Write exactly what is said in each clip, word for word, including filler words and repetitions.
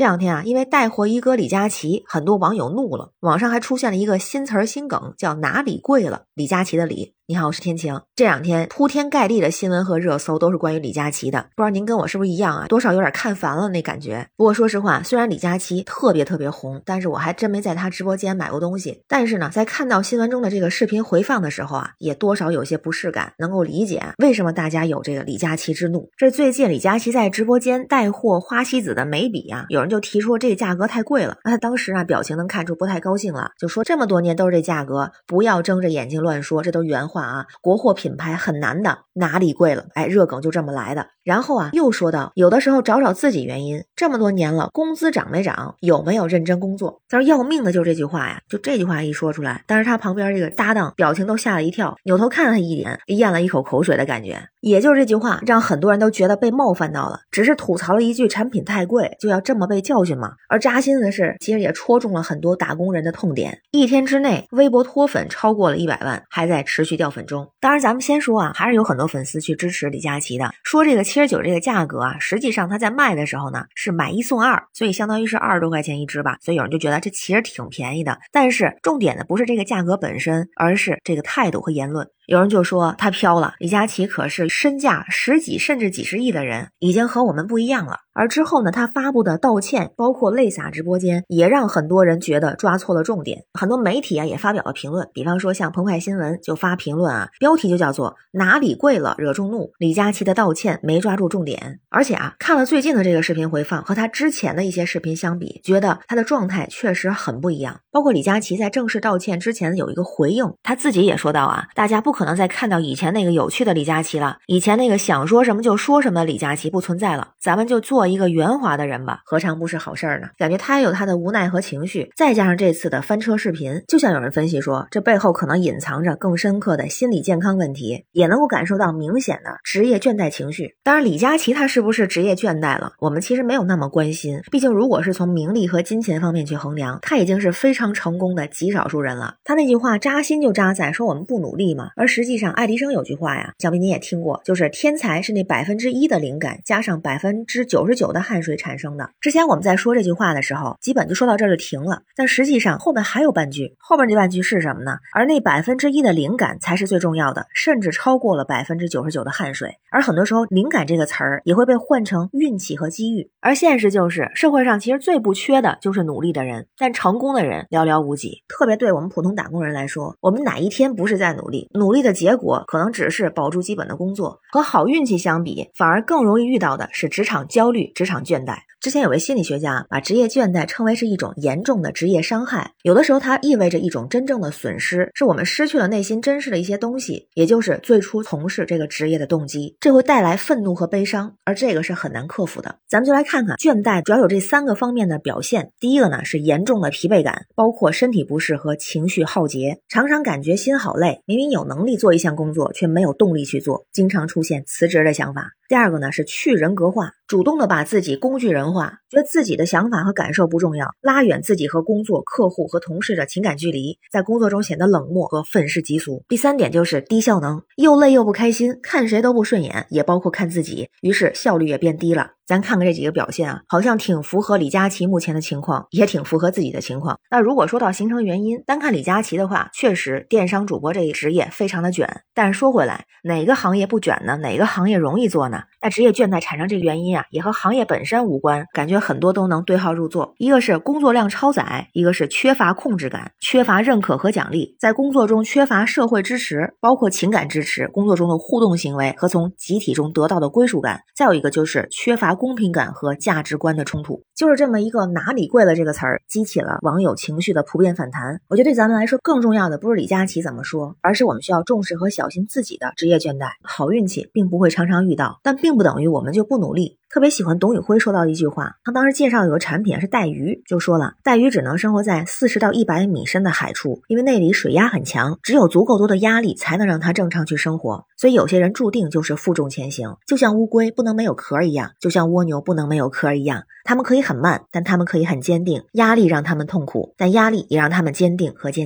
这两天啊，因为带货一哥李佳琦，很多网友怒了，网上还出现了一个新词儿新梗，叫哪里贵了，李佳琦的李。你好，我是天晴。这两天铺天盖地的新闻和热搜都是关于李佳琦的，不知道您跟我是不是一样啊？多少有点看烦了那感觉。不过说实话，虽然李佳琦特别特别红，但是我还真没在他直播间买过东西。但是呢，在看到新闻中的这个视频回放的时候啊，也多少有些不适感，能够理解为什么大家有这个李佳琦之怒。这最近李佳琦在直播间带货花西子的眉笔啊，有人就提出这个价格太贵了，那他当时啊表情能看出不太高兴了，就说这么多年都是这价格，不要睁着眼睛乱说，这都原话啊，国货品牌很难的，哪里贵了？哎，热梗就这么来的。然后啊，又说到有的时候找找自己原因，这么多年了，工资涨没涨？有没有认真工作？但是要命的就是这句话呀，就这句话一说出来，但是他旁边这个搭档表情都吓了一跳，扭头看了他一眼，咽了一口口水的感觉。也就是这句话让很多人都觉得被冒犯到了，只是吐槽了一句产品太贵，就要这么被教训吗？而扎心的是，其实也戳中了很多打工人的痛点。一天之内，微博脱粉超过了一百万，还在持续掉粉中。当然咱们先说啊，还是有很多粉丝去支持李佳琦的，说这个七十九这个价格啊，实际上他在卖的时候呢是买一送二，所以相当于是二十多块钱一支吧，所以有人就觉得这其实挺便宜的。但是重点的不是这个价格本身，而是这个态度和言论。有人就说他飘了，李佳琦可是身价十几甚至几十亿的人，已经和我们不一样了。而之后呢，他发布的道歉，包括泪洒直播间，也让很多人觉得抓错了重点。很多媒体啊也发表了评论，比方说像澎湃新闻就发评论啊，标题就叫做哪里贵了惹众怒，李佳琦的道歉没抓住重点。而且啊，看了最近的这个视频回放，和他之前的一些视频相比，觉得他的状态确实很不一样。包括李佳琦在正式道歉之前有一个回应，他自己也说到啊，大家不可能再看到以前那个有趣的李佳琦了，以前那个想说什么就说什么的李佳琦不存在了，咱们就做一个圆滑的人吧，何尝不是好事儿呢？感觉他也有他的无奈和情绪，再加上这次的翻车视频，就像有人分析说，这背后可能隐藏着更深刻的心理健康问题，也能够感受到明显的职业倦怠情绪。当然李佳琦他是不是职业倦怠了，我们其实没有那么关心，毕竟如果是从名利和金钱方面去衡量，他已经是非常成功的极少数人了。他那句话扎心就扎在说我们不努力嘛，而实际上爱迪生有句话呀，想必你也听过，就是天才是那百分之一的灵感加上百分之九十九的汗水产生的。之前我们在说这句话的时候，基本就说到这儿就停了，但实际上后面还有半句，后面这半句是什么呢？而那百分之一的灵感才是最重要的，甚至超过了百分之九十九的汗水。而很多时候灵感这个词儿也会被换成运气和机遇，而现实就是社会上其实最不缺的就是努力的人，但成功的人寥寥无几。特别对我们普通打工人来说，我们哪一天不是在努力？努力的结果可能只是保住基本的工作，和好运气相比，反而更容易遇到的是职场焦虑、职场倦怠。之前有位心理学家把职业倦怠称为是一种严重的职业伤害，有的时候它意味着一种真正的损失，是我们失去了内心真实的一些东西，也就是最初从事这个职业的动机，这会带来愤怒和悲伤，而这个是很难克服的。咱们就来看看倦怠主要有这三个方面的表现。第一个呢是严重的疲惫感，包括身体不适和情绪耗竭，常常感觉心好累，明明有能力做一项工作却没有动力去做，经常出现辞职的想法。第二个呢是去人格化，主动的把自己工具人化，觉得自己的想法和感受不重要，拉远自己和工作、客户和同事的情感距离，在工作中显得冷漠和愤世嫉俗。第三点就是低效能，又累又不开心，看谁都不顺眼，也包括看自己，于是效率也变低了。咱看看这几个表现啊，好像挺符合李佳琦目前的情况，也挺符合自己的情况。那如果说到形成原因，单看李佳琦的话，确实电商主播这一职业非常的卷，但是说回来，哪个行业不卷呢？哪个行业容易做呢？那职业倦怠产生这个原因啊，也和行业本身无关，感觉很多都能对号入座。一个是工作量超载，一个是缺乏控制感，缺乏认可和奖励，在工作中缺乏社会支持，包括情感支持，工作中的互动行为和从集体中得到的归属感。再有一个就是缺乏公平感和价值观的冲突。就是这么一个哪里贵了这个词儿，激起了网友情绪的普遍反弹。我觉得对咱们来说更重要的不是李佳琦怎么说，而是我们需要重视和小心自己的职业倦怠。好运气并不会常常遇到，但并不等于我们就不努力。特别喜欢董宇辉说到的一句话，他当时介绍有个产品是带鱼，就说了带鱼只能生活在四十到一百米深的海处，因为那里水压很强，只有足够多的压力才能让它正常去生活，所以有些人注定就是负重前行，就像乌龟不能没有壳一样，就像蜗牛不能没有壳一样，他们可以很慢，但他们可以很坚定，压力让他们痛苦，但压力也让他们坚定和坚强。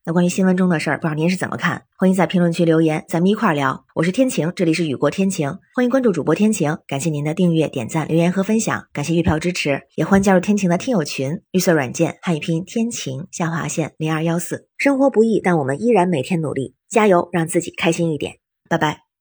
那关于新闻中的事儿，不知道您是怎么看？欢迎在评论区留言，咱们一块儿聊。我是天晴，这里是雨过天晴，欢迎关注主播天晴，感谢您的订阅、点赞、留言和分享，感谢月票支持，也欢迎加入天晴的听友群，绿色软件汉语拼音天晴下划线零二一四。生活不易，但我们依然每天努力，加油，让自己开心一点，拜拜。